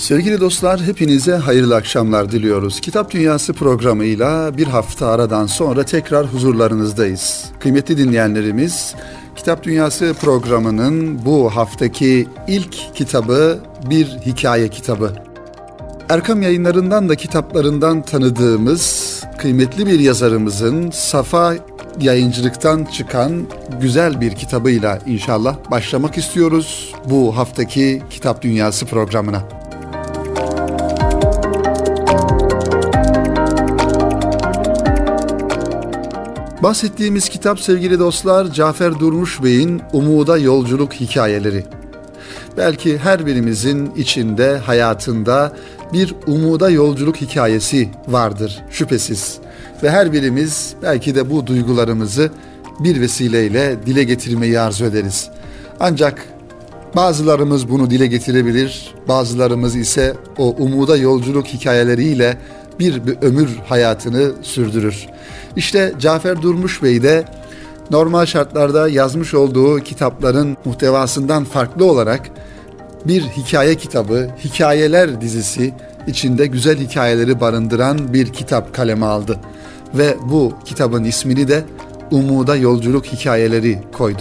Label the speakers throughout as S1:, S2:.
S1: Sevgili dostlar, hepinize hayırlı akşamlar diliyoruz. Kitap Dünyası programıyla bir hafta aradan sonra tekrar huzurlarınızdayız. Kıymetli dinleyenlerimiz, Kitap Dünyası programının bu haftaki ilk kitabı bir hikaye kitabı. Erkam Yayınları'ndan da kitaplarından tanıdığımız kıymetli bir yazarımızın Safa Yayıncılık'tan çıkan güzel bir kitabıyla inşallah başlamak istiyoruz bu haftaki Kitap Dünyası programına. Bahsettiğimiz kitap sevgili dostlar, Cafer Durmuş Bey'in Umuda Yolculuk Hikayeleri. Belki her birimizin içinde, hayatında bir umuda yolculuk hikayesi vardır şüphesiz. Ve her birimiz belki de bu duygularımızı bir vesileyle dile getirmeyi arzu ederiz. Ancak bazılarımız bunu dile getirebilir, bazılarımız ise o umuda yolculuk hikayeleriyle bir ömür hayatını sürdürür. İşte Cafer Durmuş Bey de normal şartlarda yazmış olduğu kitapların muhtevasından farklı olarak bir hikaye kitabı, hikayeler dizisi içinde güzel hikayeleri barındıran bir kitap kaleme aldı. Ve bu kitabın ismini de Umuda Yolculuk Hikayeleri koydu.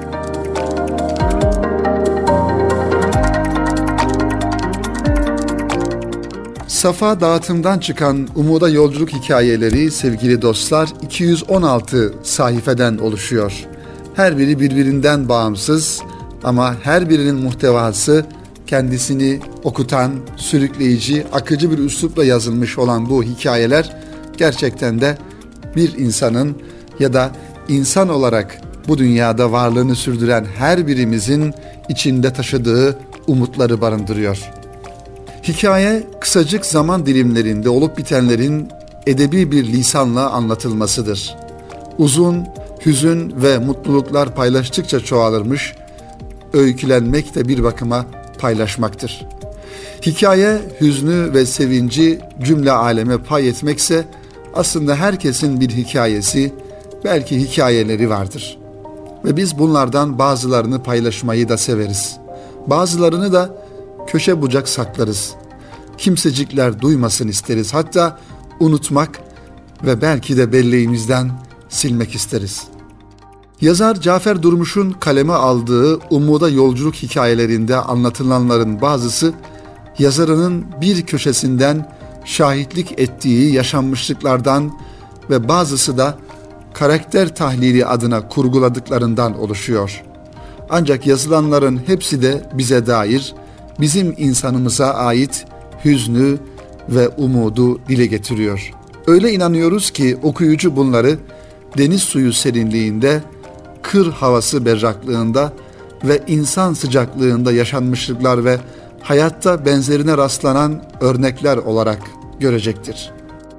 S1: Safa dağıtımdan çıkan Umuda Yolculuk Hikayeleri sevgili dostlar 216 sayfeden oluşuyor. Her biri birbirinden bağımsız ama her birinin muhtevası kendisini okutan, sürükleyici, akıcı bir üslupla yazılmış olan bu hikayeler gerçekten de bir insanın ya da insan olarak bu dünyada varlığını sürdüren her birimizin içinde taşıdığı umutları barındırıyor. Hikaye kısacık zaman dilimlerinde olup bitenlerin edebi bir lisanla anlatılmasıdır. Uzun, hüzün ve mutluluklar paylaştıkça çoğalırmış, öykülenmek de bir bakıma paylaşmaktır. Hikaye, hüznü ve sevinci cümle aleme pay etmekse aslında herkesin bir hikayesi, belki hikayeleri vardır. Ve biz bunlardan bazılarını paylaşmayı da severiz. Bazılarını da köşe bucak saklarız. Kimsecikler duymasın isteriz. Hatta unutmak ve belki de belleğimizden silmek isteriz. Yazar Cafer Durmuş'un kaleme aldığı Umuda Yolculuk hikayelerinde anlatılanların bazısı yazarının bir köşesinden şahitlik ettiği yaşanmışlıklardan ve bazısı da karakter tahlili adına kurguladıklarından oluşuyor. Ancak yazılanların hepsi de bize dair, bizim insanımıza ait hüznü ve umudu dile getiriyor. Öyle inanıyoruz ki okuyucu bunları deniz suyu serinliğinde, kır havası berraklığında ve insan sıcaklığında yaşanmışlıklar ve hayatta benzerine rastlanan örnekler olarak görecektir.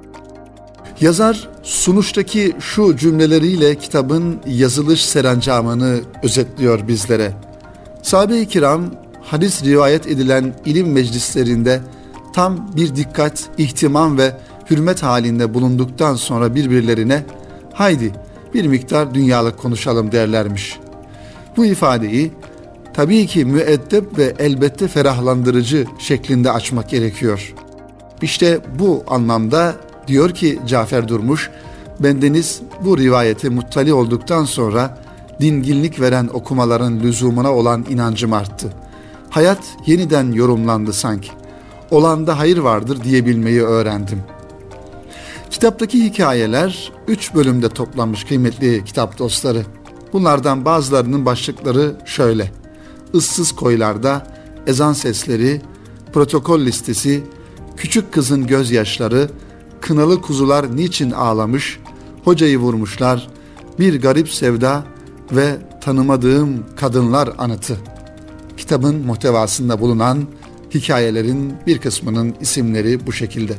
S1: Yazar sunuştaki şu cümleleriyle kitabın yazılış serencamını özetliyor bizlere. Sahabe-i kiram hadis rivayet edilen ilim meclislerinde tam bir dikkat, ihtimam ve hürmet halinde bulunduktan sonra birbirlerine haydi bir miktar dünyalık konuşalım derlermiş. Bu ifadeyi tabii ki müeddep ve elbette ferahlandırıcı şeklinde açmak gerekiyor. İşte bu anlamda diyor ki Cafer Durmuş, bendeniz bu rivayete muttali olduktan sonra dinginlik veren okumaların lüzumuna olan inancım arttı. Hayat yeniden yorumlandı sanki. Olanda hayır vardır diyebilmeyi öğrendim. Kitaptaki hikayeler 3 bölümde toplanmış kıymetli kitap dostları. Bunlardan bazılarının başlıkları şöyle: Issız koylarda, ezan sesleri, protokol listesi, küçük kızın gözyaşları, kınalı kuzular niçin ağlamış, hocayı vurmuşlar, bir garip sevda ve tanımadığım kadınlar anıtı. Kitabın muhtevasında bulunan hikayelerin bir kısmının isimleri bu şekilde.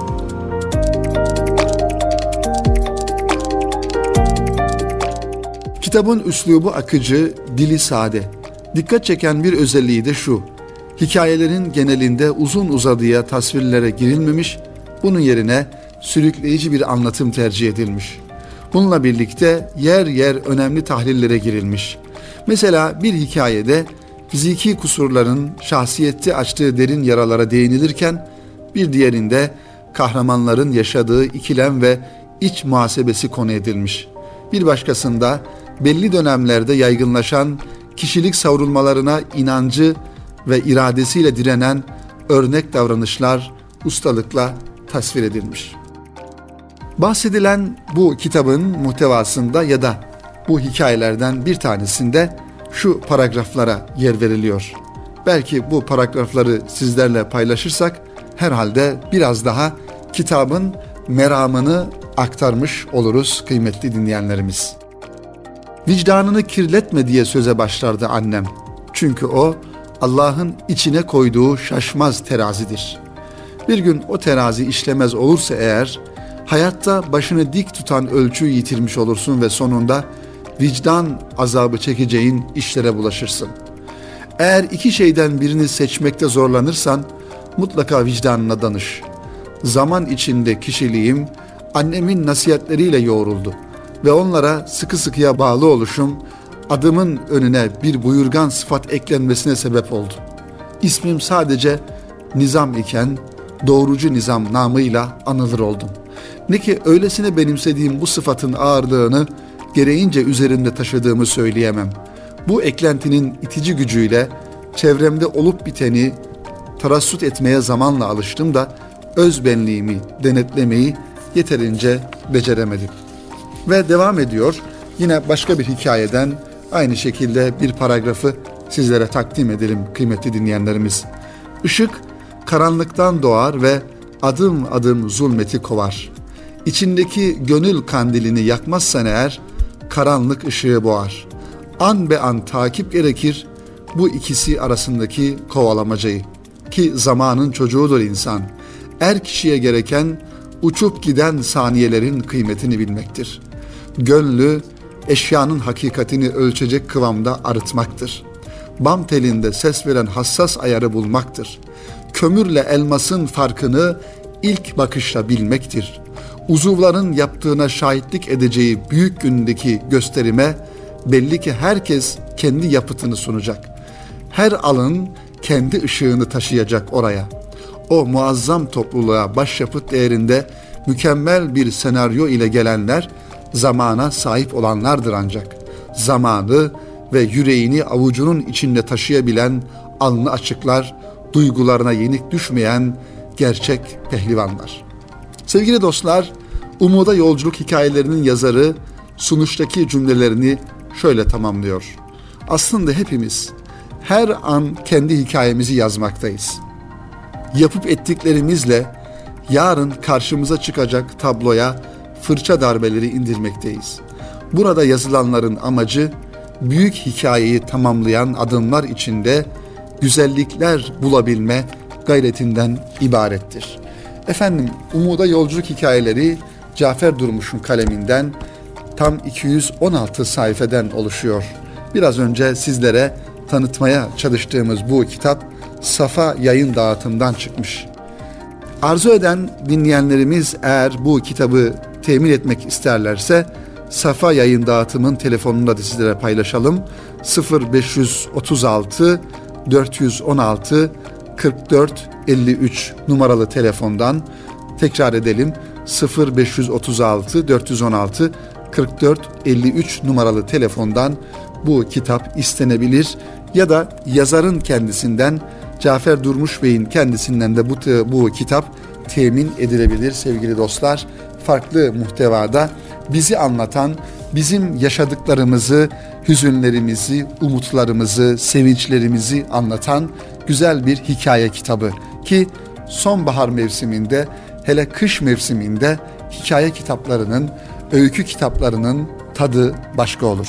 S1: Kitabın üslubu akıcı, dili sade. Dikkat çeken bir özelliği de şu: hikayelerin genelinde uzun uzadıya tasvirlere girilmemiş, bunun yerine sürükleyici bir anlatım tercih edilmiş. Bununla birlikte yer yer önemli tahlillere girilmiş. Mesela bir hikayede fiziki kusurların şahsiyette açtığı derin yaralara değinilirken, bir diğerinde kahramanların yaşadığı ikilem ve iç muhasebesi konu edilmiş. Bir başkasında belli dönemlerde yaygınlaşan kişilik savrulmalarına inancı ve iradesiyle direnen örnek davranışlar ustalıkla tasvir edilmiş. Bahsedilen bu kitabın muhtevasında ya da bu hikayelerden bir tanesinde şu paragraflara yer veriliyor. Belki bu paragrafları sizlerle paylaşırsak herhalde biraz daha kitabın meramını aktarmış oluruz kıymetli dinleyenlerimiz. Vicdanını kirletme diye söze başlardı annem. Çünkü o Allah'ın içine koyduğu şaşmaz terazidir. Bir gün o terazi işlemez olursa eğer, hayatta başını dik tutan ölçüyü yitirmiş olursun ve sonunda vicdan azabı çekeceğin işlere bulaşırsın. Eğer iki şeyden birini seçmekte zorlanırsan mutlaka vicdanına danış. Zaman içinde kişiliğim annemin nasihatleriyle yoğruldu ve onlara sıkı sıkıya bağlı oluşum adımın önüne bir buyurgan sıfat eklenmesine sebep oldu. İsmim sadece Nizam iken doğrucu Nizam namıyla anılır oldum. Ne ki öylesine benimsediğim bu sıfatın ağırlığını gereğince üzerimde taşıdığımı söyleyemem. Bu eklentinin itici gücüyle çevremde olup biteni tarassut etmeye zamanla alıştım da öz benliğimi denetlemeyi yeterince beceremedim. Ve devam ediyor. Yine başka bir hikayeden aynı şekilde bir paragrafı sizlere takdim edelim kıymetli dinleyenlerimiz. Işık karanlıktan doğar ve adım adım zulmeti kovar. İçindeki gönül kandilini yakmazsan eğer karanlık ışığı boğar. An be an takip gerekir bu ikisi arasındaki kovalamacayı. Ki zamanın çocuğudur insan. Kişiye gereken uçup giden saniyelerin kıymetini bilmektir. Gönlü eşyanın hakikatini ölçecek kıvamda arıtmaktır. Bam telinde ses veren hassas ayarı bulmaktır. Kömürle elmasın farkını ilk bakışla bilmektir. Uzuvların yaptığına şahitlik edeceği büyük gündeki gösterime belli ki herkes kendi yapıtını sunacak. Her alın kendi ışığını taşıyacak oraya. O muazzam topluluğa başyapıt değerinde mükemmel bir senaryo ile gelenler zamana sahip olanlardır ancak. Zamanı ve yüreğini avucunun içinde taşıyabilen alnı açıklar, duygularına yenik düşmeyen gerçek pehlivanlar. Sevgili dostlar, Umuda Yolculuk hikayelerinin yazarı sunuştaki cümlelerini şöyle tamamlıyor. Aslında hepimiz her an kendi hikayemizi yazmaktayız. Yapıp ettiklerimizle yarın karşımıza çıkacak tabloya fırça darbeleri indirmekteyiz. Burada yazılanların amacı büyük hikayeyi tamamlayan adımlar içinde güzellikler bulabilme gayretinden ibarettir. Efendim, Umuda Yolculuk hikayeleri Cafer Durmuş'un kaleminden tam 216 sayfeden oluşuyor. Biraz önce sizlere tanıtmaya çalıştığımız bu kitap Safa Yayın Dağıtım'dan çıkmış. Arzu eden dinleyenlerimiz eğer bu kitabı temin etmek isterlerse Safa Yayın Dağıtım'ın telefonunu da sizlere paylaşalım. 0536 416 44 53 numaralı telefondan, tekrar edelim, 0536 416 44 53 numaralı telefondan bu kitap istenebilir ya da yazarın kendisinden, Cafer Durmuş Bey'in kendisinden de bu kitap temin edilebilir sevgili dostlar. Farklı muhtevada bizi anlatan, bizim yaşadıklarımızı, hüzünlerimizi, umutlarımızı, sevinçlerimizi anlatan güzel bir hikaye kitabı ki sonbahar mevsiminde, hele kış mevsiminde hikaye kitaplarının, öykü kitaplarının tadı başka olur.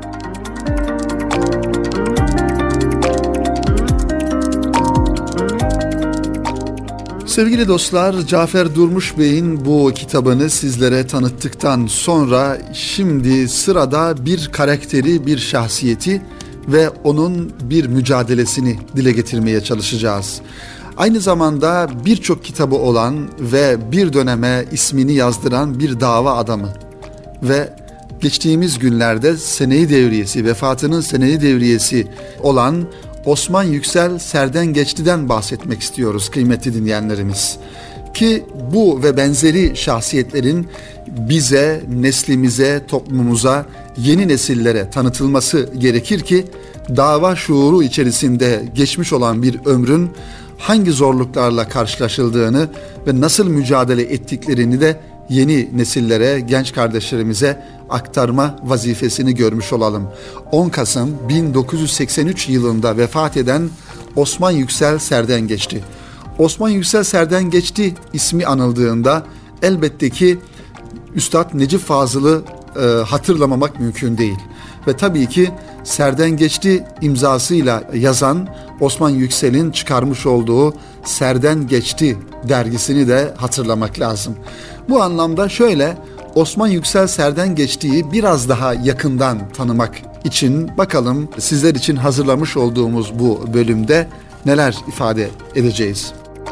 S1: Sevgili dostlar, Cafer Durmuş Bey'in bu kitabını sizlere tanıttıktan sonra şimdi sırada bir karakteri, bir şahsiyeti ve onun bir mücadelesini dile getirmeye çalışacağız. Aynı zamanda birçok kitabı olan ve bir döneme ismini yazdıran bir dava adamı ve geçtiğimiz günlerde seneyi devriyesi, vefatının seneyi devriyesi olan Osman Yüksel Serdengeçli'den bahsetmek istiyoruz kıymetli dinleyenlerimiz. Ki bu ve benzeri şahsiyetlerin bize, neslimize, toplumumuza, yeni nesillere tanıtılması gerekir ki dava şuuru içerisinde geçmiş olan bir ömrün hangi zorluklarla karşılaşıldığını ve nasıl mücadele ettiklerini de yeni nesillere, genç kardeşlerimize aktarma vazifesini görmüş olalım. 10 Kasım 1983 yılında vefat eden Osman Yüksel Serdengeçli. Osman Yüksel Serdengeçli ismi anıldığında elbette ki Üstad Necip Fazıl'ı hatırlamamak mümkün değil. Ve tabii ki Serdengeçli imzasıyla yazan Osman Yüksel'in çıkarmış olduğu Serdengeçli dergisini de hatırlamak lazım. Bu anlamda şöyle, Osman Yüksel Serdengeçli'yi biraz daha yakından tanımak için bakalım sizler için hazırlamış olduğumuz bu bölümde neler ifade edeceğiz.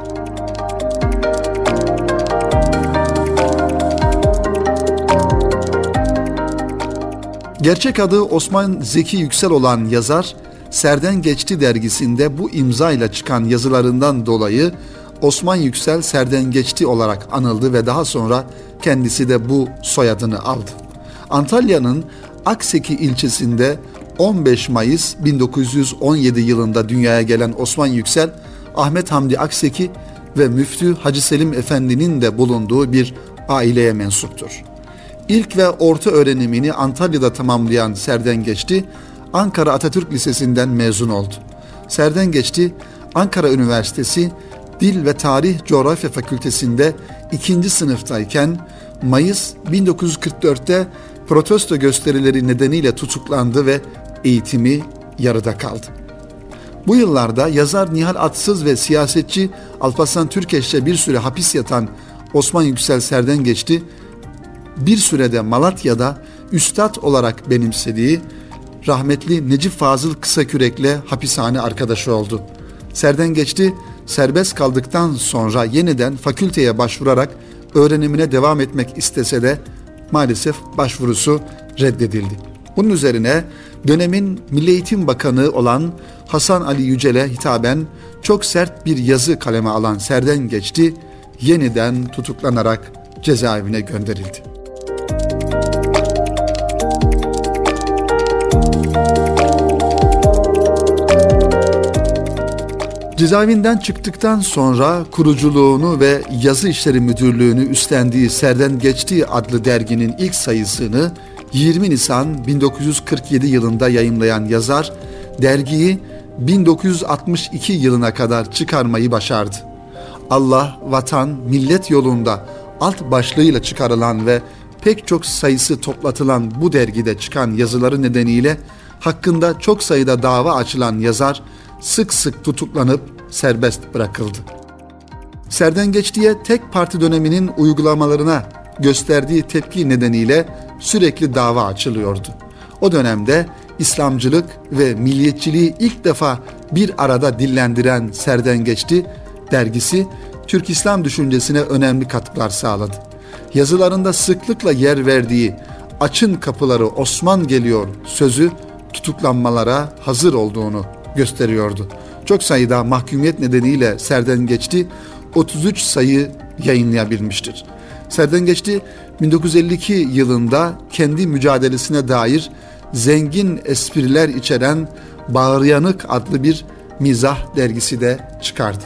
S1: Gerçek adı Osman Zeki Yüksel olan yazar, Serdengeçli dergisinde bu imzayla çıkan yazılarından dolayı Osman Yüksel Serdengeçli olarak anıldı ve daha sonra kendisi de bu soyadını aldı. Antalya'nın Akseki ilçesinde 15 Mayıs 1917 yılında dünyaya gelen Osman Yüksel, Ahmet Hamdi Akseki ve Müftü Hacı Selim Efendi'nin de bulunduğu bir aileye mensuptur. İlk ve orta öğrenimini Antalya'da tamamlayan Serdengeçli, Ankara Atatürk Lisesi'nden mezun oldu. Serdengeçli, Ankara Üniversitesi Dil ve Tarih Coğrafya Fakültesi'nde 2. sınıftayken Mayıs 1944'te protesto gösterileri nedeniyle tutuklandı ve eğitimi yarıda kaldı. Bu yıllarda yazar Nihal Atsız ve siyasetçi Alparslan Türkeş'le bir süre hapis yatan Osman Yüksel Serdengeçli, bir sürede Malatya'da üstad olarak benimsediği rahmetli Necip Fazıl Kısakürek'le hapishane arkadaşı oldu. Serdengeçli serbest kaldıktan sonra yeniden fakülteye başvurarak öğrenimine devam etmek istese de maalesef başvurusu reddedildi. Bunun üzerine dönemin Milli Eğitim Bakanı olan Hasan Ali Yücel'e hitaben çok sert bir yazı kaleme alan Serdengeçli yeniden tutuklanarak cezaevine gönderildi. Cezaevinden çıktıktan sonra kuruculuğunu ve yazı işleri müdürlüğünü üstlendiği Serdengeçli adlı derginin ilk sayısını 20 Nisan 1947 yılında yayımlayan yazar, dergiyi 1962 yılına kadar çıkarmayı başardı. Allah, vatan, millet yolunda alt başlığıyla çıkarılan ve pek çok sayısı toplatılan bu dergide çıkan yazıları nedeniyle hakkında çok sayıda dava açılan yazar sık sık tutuklanıp serbest bırakıldı. Serdengeçli'ye tek parti döneminin uygulamalarına gösterdiği tepki nedeniyle sürekli dava açılıyordu. O dönemde İslamcılık ve milliyetçiliği ilk defa bir arada dillendiren Serdengeçli dergisi Türk İslam düşüncesine önemli katkılar sağladı. Yazılarında sıklıkla yer verdiği "Açın kapıları, Osman geliyor" sözü tutuklanmalara hazır olduğunu gösteriyordu. Çok sayıda mahkumiyet nedeniyle Serdengeçli 33 sayı yayınlayabilmiştir. Serdengeçli 1952 yılında kendi mücadelesine dair zengin espriler içeren Bağıryanık adlı bir mizah dergisi de çıkardı.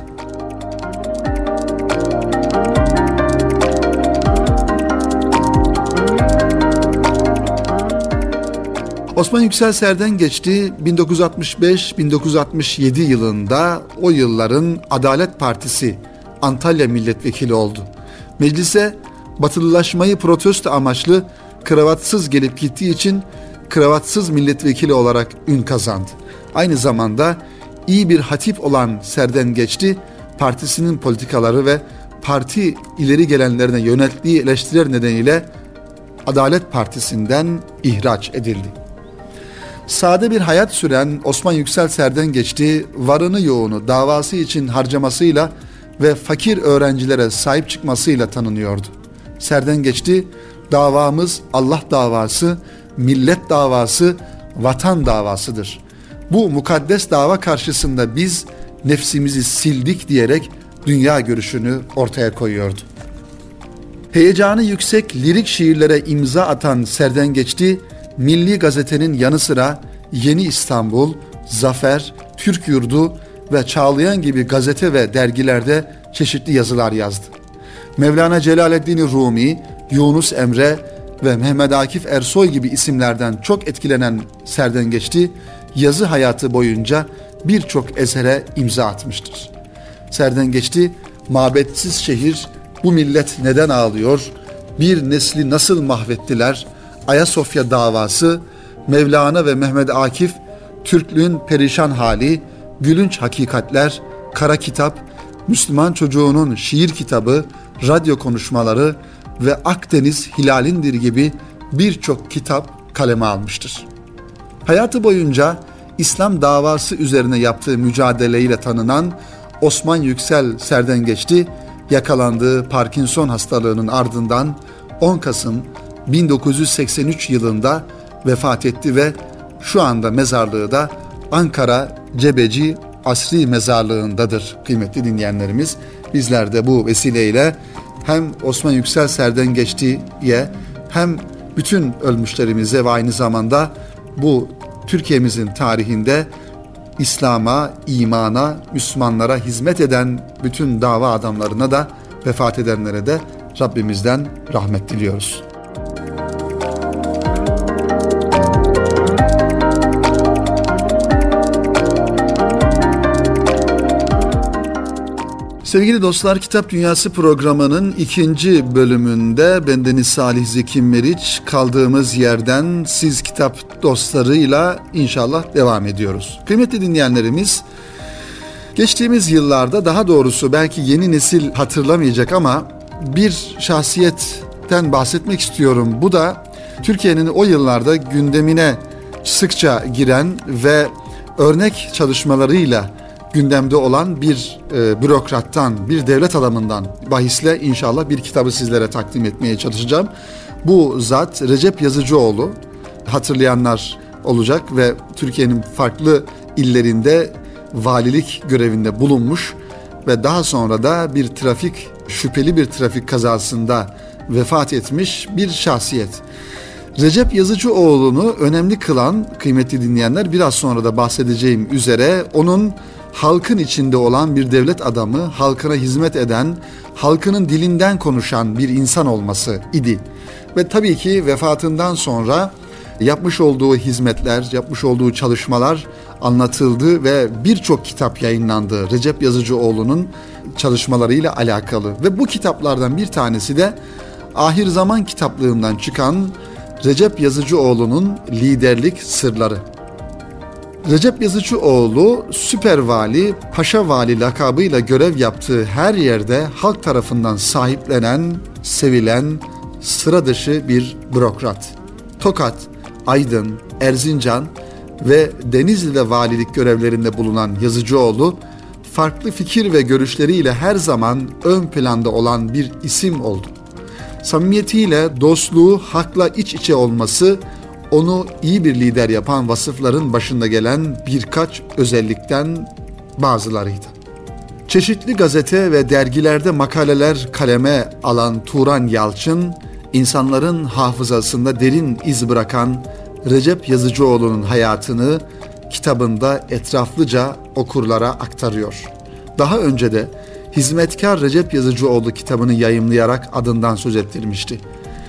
S1: Osman Yüksel Serdengeçli 1965-1967 yılında o yılların Adalet Partisi Antalya Milletvekili oldu. Meclise batılılaşmayı protesto amaçlı kravatsız gelip gittiği için kravatsız milletvekili olarak ün kazandı. Aynı zamanda iyi bir hatip olan Serdengeçli, partisinin politikaları ve parti ileri gelenlerine yönelttiği eleştiriler nedeniyle Adalet Partisi'nden ihraç edildi. Sade bir hayat süren Osman Yüksel Serdengeçli, varını yoğunu davası için harcamasıyla ve fakir öğrencilere sahip çıkmasıyla tanınıyordu. Serdengeçli, davamız Allah davası, millet davası, vatan davasıdır. Bu mukaddes dava karşısında biz nefsimizi sildik diyerek dünya görüşünü ortaya koyuyordu. Heyecanı yüksek lirik şiirlere imza atan Serdengeçti, Milli Gazete'nin yanı sıra Yeni İstanbul, Zafer, Türk Yurdu ve Çağlayan gibi gazete ve dergilerde çeşitli yazılar yazdı. Mevlana Celaleddin Rumi, Yunus Emre ve Mehmet Akif Ersoy gibi isimlerden çok etkilenen Serdengeçti, yazı hayatı boyunca birçok esere imza atmıştır. Serdengeçti, Mabetsiz Şehir, Bu Millet Neden Ağlıyor, Bir Nesli Nasıl Mahvettiler, Ayasofya Davası, Mevlana ve Mehmet Akif, Türklüğün Perişan Hali, Gülünç Hakikatler, Kara Kitap, Müslüman Çocuğunun Şiir Kitabı, Radyo Konuşmaları ve Akdeniz Hilalindir gibi birçok kitap kaleme almıştır. Hayatı boyunca İslam davası üzerine yaptığı mücadeleyle tanınan Osman Yüksel Serdengeçti, yakalandığı Parkinson hastalığının ardından 10 Kasım 1983 yılında vefat etti ve şu anda mezarlığı da Ankara Cebeci Asri Mezarlığı'ndadır kıymetli dinleyenlerimiz. Bizler de bu vesileyle hem Osman Yüksel Serdengeçti'ye hem bütün ölmüşlerimize ve aynı zamanda bu Türkiye'mizin tarihinde İslam'a, imana, Müslümanlara hizmet eden bütün dava adamlarına da vefat edenlere de Rabbimizden rahmet diliyoruz. Sevgili dostlar, Kitap Dünyası programının 2. bölümünde bendeniz Salih Zeki Meriç kaldığımız yerden siz kitap dostlarıyla inşallah devam ediyoruz. Kıymetli dinleyenlerimiz, geçtiğimiz yıllarda, daha doğrusu belki yeni nesil hatırlamayacak ama bir şahsiyetten bahsetmek istiyorum. Bu da Türkiye'nin o yıllarda gündemine sıkça giren ve örnek çalışmalarıyla gündemde olan bir bürokrattan, bir devlet adamından bahisle inşallah bir kitabı sizlere takdim etmeye çalışacağım. Bu zat Recep Yazıcıoğlu, hatırlayanlar olacak ve Türkiye'nin farklı illerinde valilik görevinde bulunmuş ve daha sonra da şüpheli bir trafik kazasında vefat etmiş bir şahsiyet. Recep Yazıcıoğlu'nu önemli kılan, kıymetli dinleyenler, biraz sonra da bahsedeceğim üzere onun halkın içinde olan bir devlet adamı, halkına hizmet eden, halkının dilinden konuşan bir insan olması idi. Ve tabii ki vefatından sonra yapmış olduğu hizmetler, yapmış olduğu çalışmalar anlatıldı ve birçok kitap yayınlandı Recep Yazıcıoğlu'nun çalışmalarıyla alakalı. Ve bu kitaplardan bir tanesi de Ahir Zaman kitaplığından çıkan Recep Yazıcıoğlu'nun Liderlik Sırları. Recep Yazıcıoğlu, süper vali, paşa vali lakabıyla görev yaptığı her yerde halk tarafından sahiplenen, sevilen, sıra dışı bir bürokrat. Tokat, Aydın, Erzincan ve Denizli'de valilik görevlerinde bulunan Yazıcıoğlu, farklı fikir ve görüşleriyle her zaman ön planda olan bir isim oldu. Samimiyetiyle, dostluğu, hakla iç içe olması, onu iyi bir lider yapan vasıfların başında gelen birkaç özellikten bazılarıydı. Çeşitli gazete ve dergilerde makaleler kaleme alan Turan Yalçın, insanların hafızasında derin iz bırakan Recep Yazıcıoğlu'nun hayatını kitabında etraflıca okurlara aktarıyor. Daha önce de Hizmetkar Recep Yazıcıoğlu kitabını yayımlayarak adından söz ettirmişti.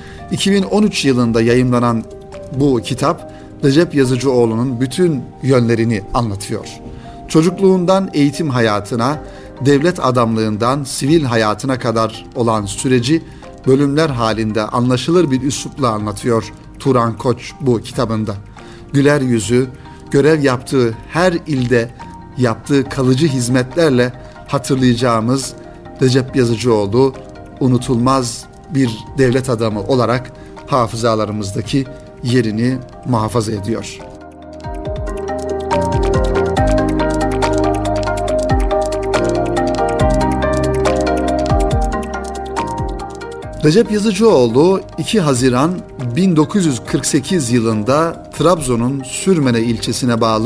S1: 2013 yılında yayımlanan bu kitap Recep Yazıcıoğlu'nun bütün yönlerini anlatıyor. Çocukluğundan eğitim hayatına, devlet adamlığından sivil hayatına kadar olan süreci bölümler halinde anlaşılır bir üslupla anlatıyor Turan Koç bu kitabında. Güler yüzü, görev yaptığı her ilde yaptığı kalıcı hizmetlerle hatırlayacağımız Recep Yazıcıoğlu unutulmaz bir devlet adamı olarak hafızalarımızdaki yerini muhafaza ediyor. Recep Yazıcıoğlu 2 Haziran 1948 yılında Trabzon'un Sürmene ilçesine bağlı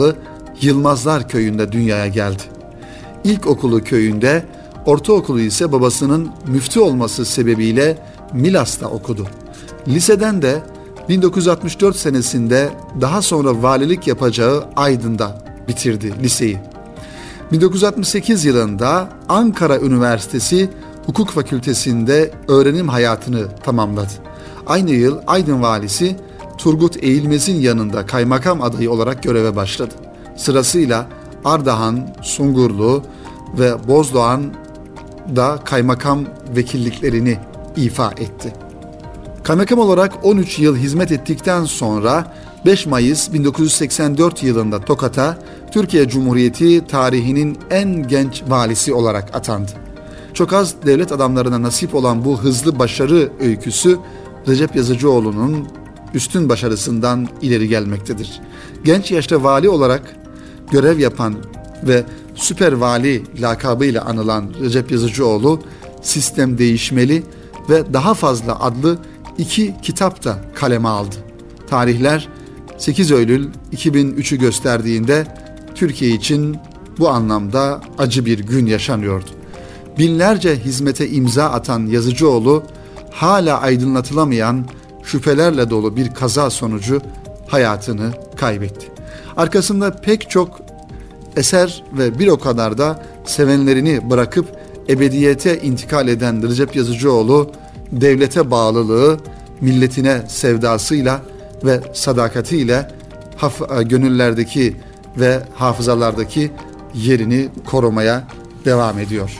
S1: Yılmazlar köyünde dünyaya geldi. İlkokulu köyünde, ortaokulu ise babasının müftü olması sebebiyle Milas'ta okudu. Liseden de 1964 senesinde daha sonra valilik yapacağı Aydın'da bitirdi liseyi. 1968 yılında Ankara Üniversitesi Hukuk Fakültesi'nde öğrenim hayatını tamamladı. Aynı yıl Aydın valisi Turgut Eğilmez'in yanında kaymakam adayı olarak göreve başladı. Sırasıyla Ardahan, Sungurlu ve Bozdoğan'da kaymakam vekilliklerini ifa etti. Kaymakam olarak 13 yıl hizmet ettikten sonra 5 Mayıs 1984 yılında Tokat'a Türkiye Cumhuriyeti tarihinin en genç valisi olarak atandı. Çok az devlet adamlarına nasip olan bu hızlı başarı öyküsü Recep Yazıcıoğlu'nun üstün başarısından ileri gelmektedir. Genç yaşta vali olarak görev yapan ve süper vali lakabıyla anılan Recep Yazıcıoğlu, Sistem Değişmeli ve Daha Fazla adlı 2 kitap da kaleme aldı. Tarihler 8 Eylül 2003'ü gösterdiğinde Türkiye için bu anlamda acı bir gün yaşanıyordu. Binlerce hizmete imza atan Yazıcıoğlu, hala aydınlatılamayan şüphelerle dolu bir kaza sonucu hayatını kaybetti. Arkasında pek çok eser ve bir o kadar da sevenlerini bırakıp ebediyete intikal eden Recep Yazıcıoğlu, devlete bağlılığı, milletine sevdasıyla ve sadakatiyle gönüllerdeki ve hafızalardaki yerini korumaya devam ediyor.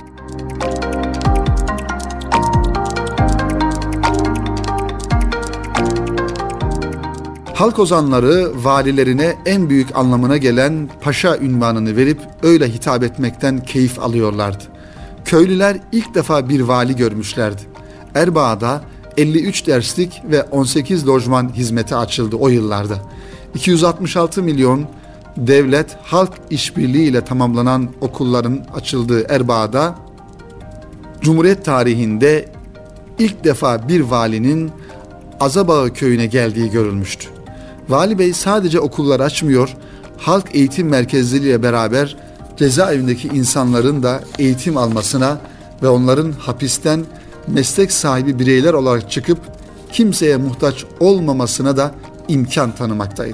S1: Halk ozanları valilerine en büyük anlamına gelen paşa unvanını verip öyle hitap etmekten keyif alıyorlardı. Köylüler ilk defa bir vali görmüşlerdi. Erbaa'da 53 derslik ve 18 lojman hizmeti açıldı o yıllarda. 266 milyon devlet halk işbirliği ile tamamlanan okulların açıldığı Erbaa'da Cumhuriyet tarihinde ilk defa bir valinin Azabağı köyüne geldiği görülmüştü. Vali Bey sadece okullar açmıyor, halk eğitim merkezleriyle beraber cezaevindeki insanların da eğitim almasına ve onların hapisten meslek sahibi bireyler olarak çıkıp kimseye muhtaç olmamasına da imkan tanımaktaydı.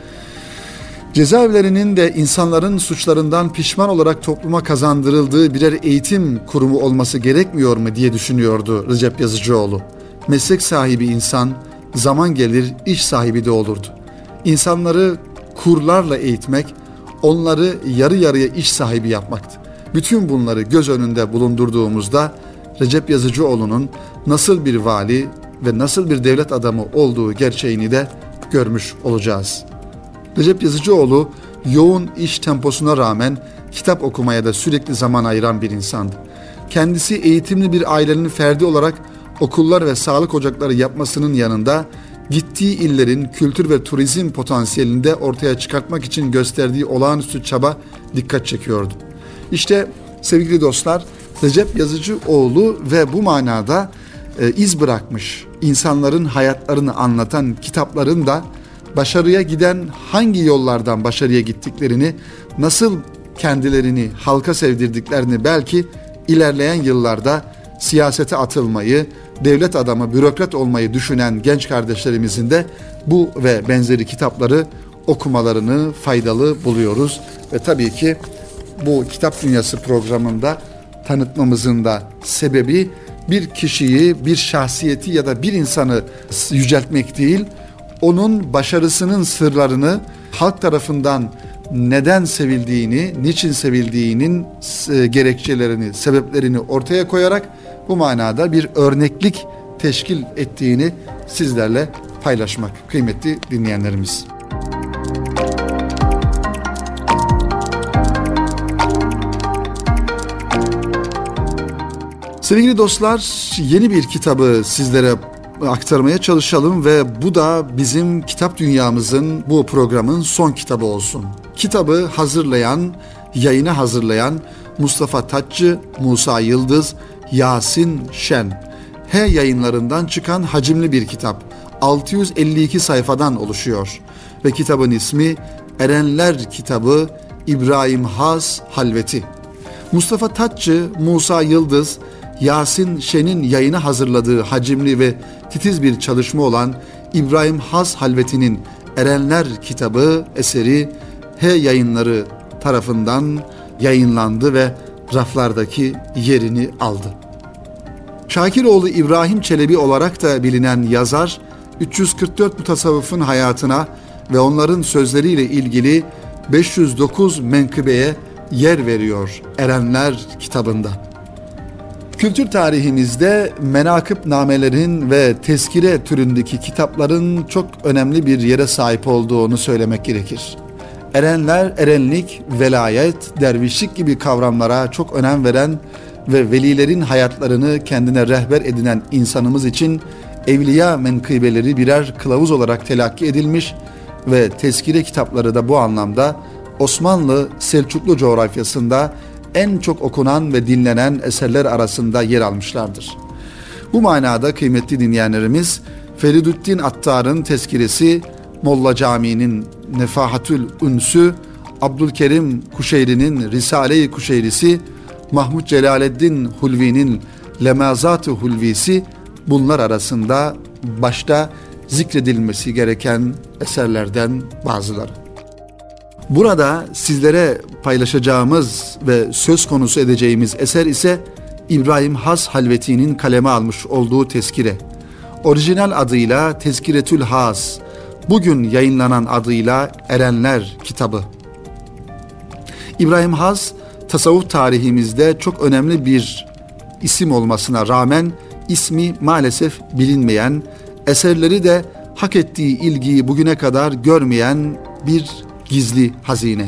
S1: Cezaevlerinin de insanların suçlarından pişman olarak topluma kazandırıldığı birer eğitim kurumu olması gerekmiyor mu diye düşünüyordu Recep Yazıcıoğlu. Meslek sahibi insan zaman gelir iş sahibi de olurdu. İnsanları kurlarla eğitmek, onları yarı yarıya iş sahibi yapmaktı. Bütün bunları göz önünde bulundurduğumuzda Recep Yazıcıoğlu'nun nasıl bir vali ve nasıl bir devlet adamı olduğu gerçeğini de görmüş olacağız. Recep Yazıcıoğlu yoğun iş temposuna rağmen kitap okumaya da sürekli zaman ayıran bir insandı. Kendisi eğitimli bir ailenin ferdi olarak okullar ve sağlık ocakları yapmasının yanında gittiği illerin kültür ve turizm potansiyelini de ortaya çıkartmak için gösterdiği olağanüstü çaba dikkat çekiyordu. İşte sevgili dostlar, Recep Yazıcıoğlu ve bu manada iz bırakmış insanların hayatlarını anlatan kitapların da başarıya giden hangi yollardan başarıya gittiklerini, nasıl kendilerini halka sevdirdiklerini, belki ilerleyen yıllarda siyasete atılmayı, devlet adamı, bürokrat olmayı düşünen genç kardeşlerimizin de bu ve benzeri kitapları okumalarını faydalı buluyoruz. Ve tabii ki bu Kitap Dünyası programında tanıtmamızın da sebebi bir kişiyi, bir şahsiyeti ya da bir insanı yüceltmek değil, onun başarısının sırlarını, halk tarafından neden sevildiğini, niçin sevildiğinin gerekçelerini, sebeplerini ortaya koyarak bu manada bir örneklik teşkil ettiğini sizlerle paylaşmak kıymetli dinleyenlerimiz. Sevgili dostlar, yeni bir kitabı sizlere aktarmaya çalışalım ve bu da bizim kitap dünyamızın, bu programın son kitabı olsun. Kitabı hazırlayan, yayına hazırlayan Mustafa Taççı, Musa Yıldız, Yasin Şen. H Yayınlarından çıkan hacimli bir kitap. 652 sayfadan oluşuyor ve kitabın ismi Erenler kitabı İbrahim Has Halveti. Mustafa Tatçı, Musa Yıldız, Yasin Şen'in yayına hazırladığı hacimli ve titiz bir çalışma olan İbrahim Has Halveti'nin Erenler kitabı eseri H Yayınları tarafından yayınlandı ve raflardaki yerini aldı. Şakiroğlu İbrahim Çelebi olarak da bilinen yazar, 344 mutasavvıfın hayatına ve onların sözleriyle ilgili 509 menkıbeye yer veriyor Erenler kitabında. Kültür tarihimizde menakıb-namelerin ve tezkire türündeki kitapların çok önemli bir yere sahip olduğunu söylemek gerekir. Erenler, erenlik, velayet, dervişlik gibi kavramlara çok önem veren ve velilerin hayatlarını kendine rehber edinen insanımız için evliya menkıbeleri birer kılavuz olarak telakki edilmiş ve tezkire kitapları da bu anlamda Osmanlı Selçuklu coğrafyasında en çok okunan ve dinlenen eserler arasında yer almışlardır. Bu manada kıymetli dinleyenlerimiz, Feridüddin Attar'ın tezkiresi, Molla Camii'nin Nefahatül Ünsü, Abdülkerim Kuşeyri'nin Risale-i Kuşeyrisi, Mahmud Celaleddin Hulvi'nin Lemazat-ı Hulvisi bunlar arasında başta zikredilmesi gereken eserlerden bazıları. Burada sizlere paylaşacağımız ve söz konusu edeceğimiz eser ise İbrahim Has Halveti'nin kaleme almış olduğu tezkire. Orijinal adıyla Tezkiretül Has, bugün yayınlanan adıyla Erenler kitabı. İbrahim Has, tasavvuf tarihimizde çok önemli bir isim olmasına rağmen ismi maalesef bilinmeyen, eserleri de hak ettiği ilgiyi bugüne kadar görmeyen bir gizli hazine.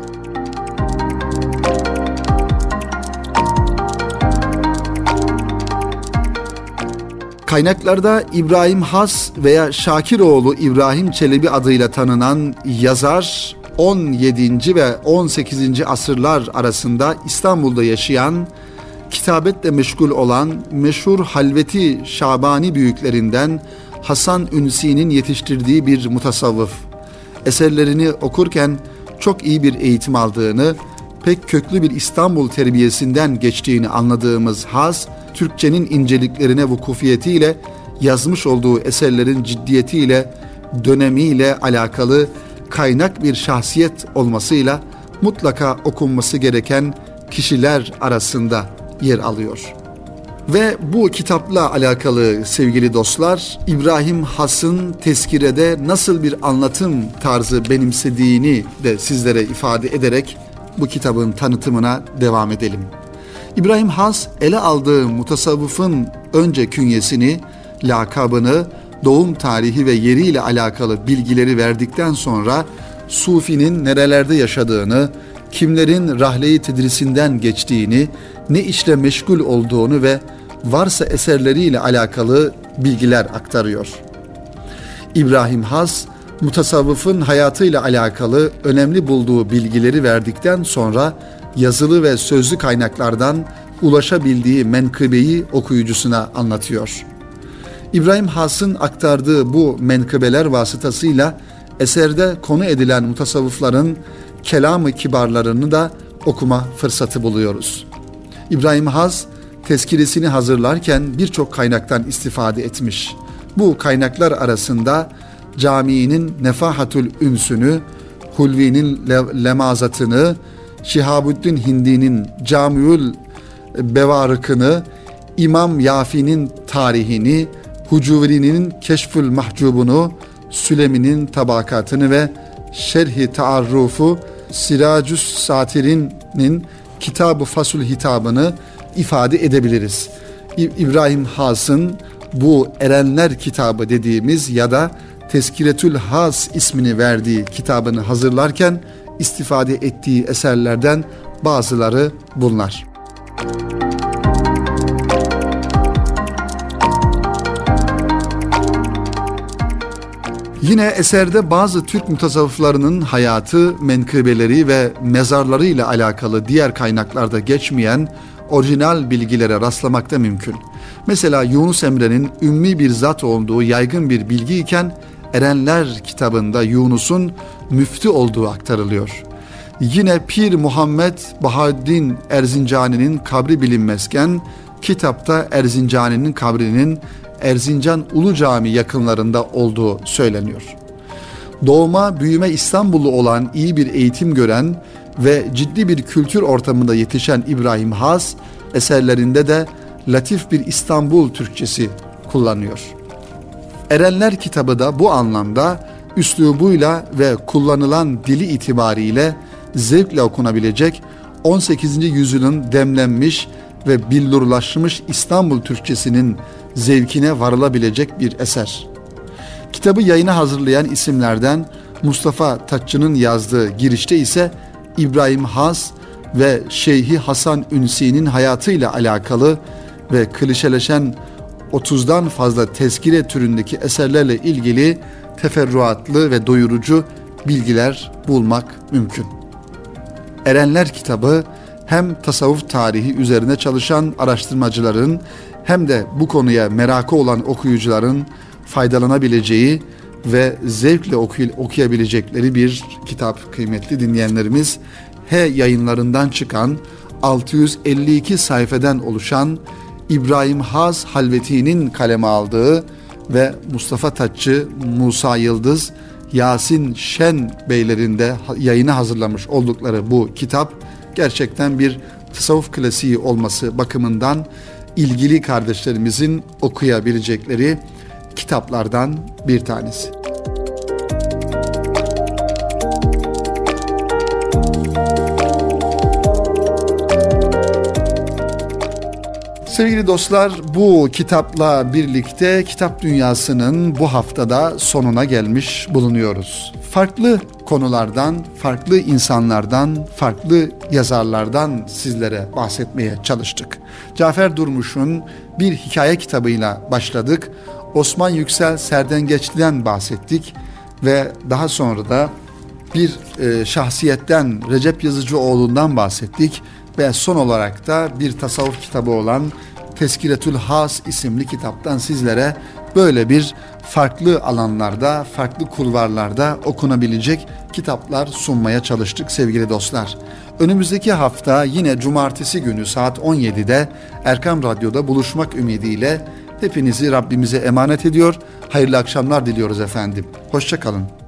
S1: Kaynaklarda İbrahim Has veya Şakiroğlu İbrahim Çelebi adıyla tanınan yazar 17. ve 18. asırlar arasında İstanbul'da yaşayan, kitabetle meşgul olan meşhur Halveti Şabani büyüklerinden Hasan Ünsi'nin yetiştirdiği bir mutasavvıf. Eserlerini okurken çok iyi bir eğitim aldığını, pek köklü bir İstanbul terbiyesinden geçtiğini anladığımız Has, Türkçenin inceliklerine vukufiyetiyle, yazmış olduğu eserlerin ciddiyetiyle, dönemiyle alakalı kaynak bir şahsiyet olmasıyla mutlaka okunması gereken kişiler arasında yer alıyor. Ve bu kitapla alakalı sevgili dostlar, İbrahim Has'ın tezkirede nasıl bir anlatım tarzı benimsediğini de sizlere ifade ederek bu kitabın tanıtımına devam edelim. İbrahim Has ele aldığı mutasavvıfın önce künyesini, lakabını, doğum tarihi ve yeriyle alakalı bilgileri verdikten sonra Sufi'nin nerelerde yaşadığını, kimlerin rahle-i tedrisinden geçtiğini, ne işle meşgul olduğunu ve varsa eserleriyle alakalı bilgiler aktarıyor. İbrahim Has, mutasavvıfın hayatıyla alakalı önemli bulduğu bilgileri verdikten sonra yazılı ve sözlü kaynaklardan ulaşabildiği menkıbeyi okuyucusuna anlatıyor. İbrahim Has'ın aktardığı bu menkıbeler vasıtasıyla eserde konu edilen mutasavvıfların kelam-ı kibarlarını da okuma fırsatı buluyoruz. İbrahim Has tezkiresini hazırlarken birçok kaynaktan istifade etmiş. Bu kaynaklar arasında Camii'nin Nefahatül Ünsünü, Hulvi'nin Lemazatını, Şihabuddin Hindi'nin Camiül Bevarıkını, İmam Yafi'nin tarihini, Hucuvri'nin Keşfül Mahcubunu, Sülemi'nin tabakatını ve Şerh-i Taarrufu, Siracü's Satir'in Kitab-ı Fasul hitabını ifade edebiliriz. İbrahim Has'ın bu Erenler kitabı dediğimiz ya da Tezkiretül Has ismini verdiği kitabını hazırlarken istifade ettiği eserlerden bazıları bunlar. Yine eserde bazı Türk mutasavvıflarının hayatı, menkıbeleri ve mezarları ile alakalı diğer kaynaklarda geçmeyen orijinal bilgilere rastlamak da mümkün. Mesela Yunus Emre'nin ümmi bir zat olduğu yaygın bir bilgi iken Erenler kitabında Yunus'un müftü olduğu aktarılıyor. Yine Pir Muhammed Bahaddin Erzincani'nin kabri bilinmezken kitapta Erzincani'nin kabrinin Erzincan Ulu Cami yakınlarında olduğu söyleniyor. Doğma büyüme İstanbullu olan, iyi bir eğitim gören ve ciddi bir kültür ortamında yetişen İbrahim Has eserlerinde de latif bir İstanbul Türkçesi kullanıyor. Erenler kitabı da bu anlamda üslubuyla ve kullanılan dili itibariyle zevkle okunabilecek 18. yüzyılın demlenmiş ve billurlaşmış İstanbul Türkçesinin zevkine varılabilecek bir eser. Kitabı yayına hazırlayan isimlerden Mustafa Taççı'nın yazdığı girişte ise İbrahim Has ve Şeyhi Hasan Ünsi'nin hayatıyla alakalı ve klişeleşen 30'dan fazla tezkire türündeki eserlerle ilgili teferruatlı ve doyurucu bilgiler bulmak mümkün. Erenler kitabı hem tasavvuf tarihi üzerine çalışan araştırmacıların hem de bu konuya merakı olan okuyucuların faydalanabileceği ve zevkle okuyabilecekleri bir kitap kıymetli dinleyenlerimiz. H yayınlarından çıkan 652 sayfeden oluşan İbrahim Has Halveti'nin kaleme aldığı ve Mustafa Taççı, Musa Yıldız, Yasin Şen beylerinde yayını hazırlamış oldukları bu kitap gerçekten bir tasavvuf klasiği olması bakımından ilgili kardeşlerimizin okuyabilecekleri kitaplardan bir tanesi. Sevgili dostlar, bu kitapla birlikte Kitap Dünyası'nın bu haftada sonuna gelmiş bulunuyoruz. Farklı konulardan, farklı insanlardan, farklı yazarlardan sizlere bahsetmeye çalıştık. Cafer Durmuş'un bir hikaye kitabıyla başladık. Osman Yüksel Serdengeçli'den bahsettik ve daha sonra da bir şahsiyetten, Recep Yazıcıoğlu'ndan bahsettik. Ve son olarak da bir tasavvuf kitabı olan Tezkiretül Has isimli kitaptan sizlere böyle bir farklı alanlarda, farklı kulvarlarda okunabilecek kitaplar sunmaya çalıştık sevgili dostlar. Önümüzdeki hafta yine cumartesi günü saat 17'de Erkam Radyo'da buluşmak ümidiyle hepinizi Rabbimize emanet ediyor. Hayırlı akşamlar diliyoruz efendim. Hoşça kalın.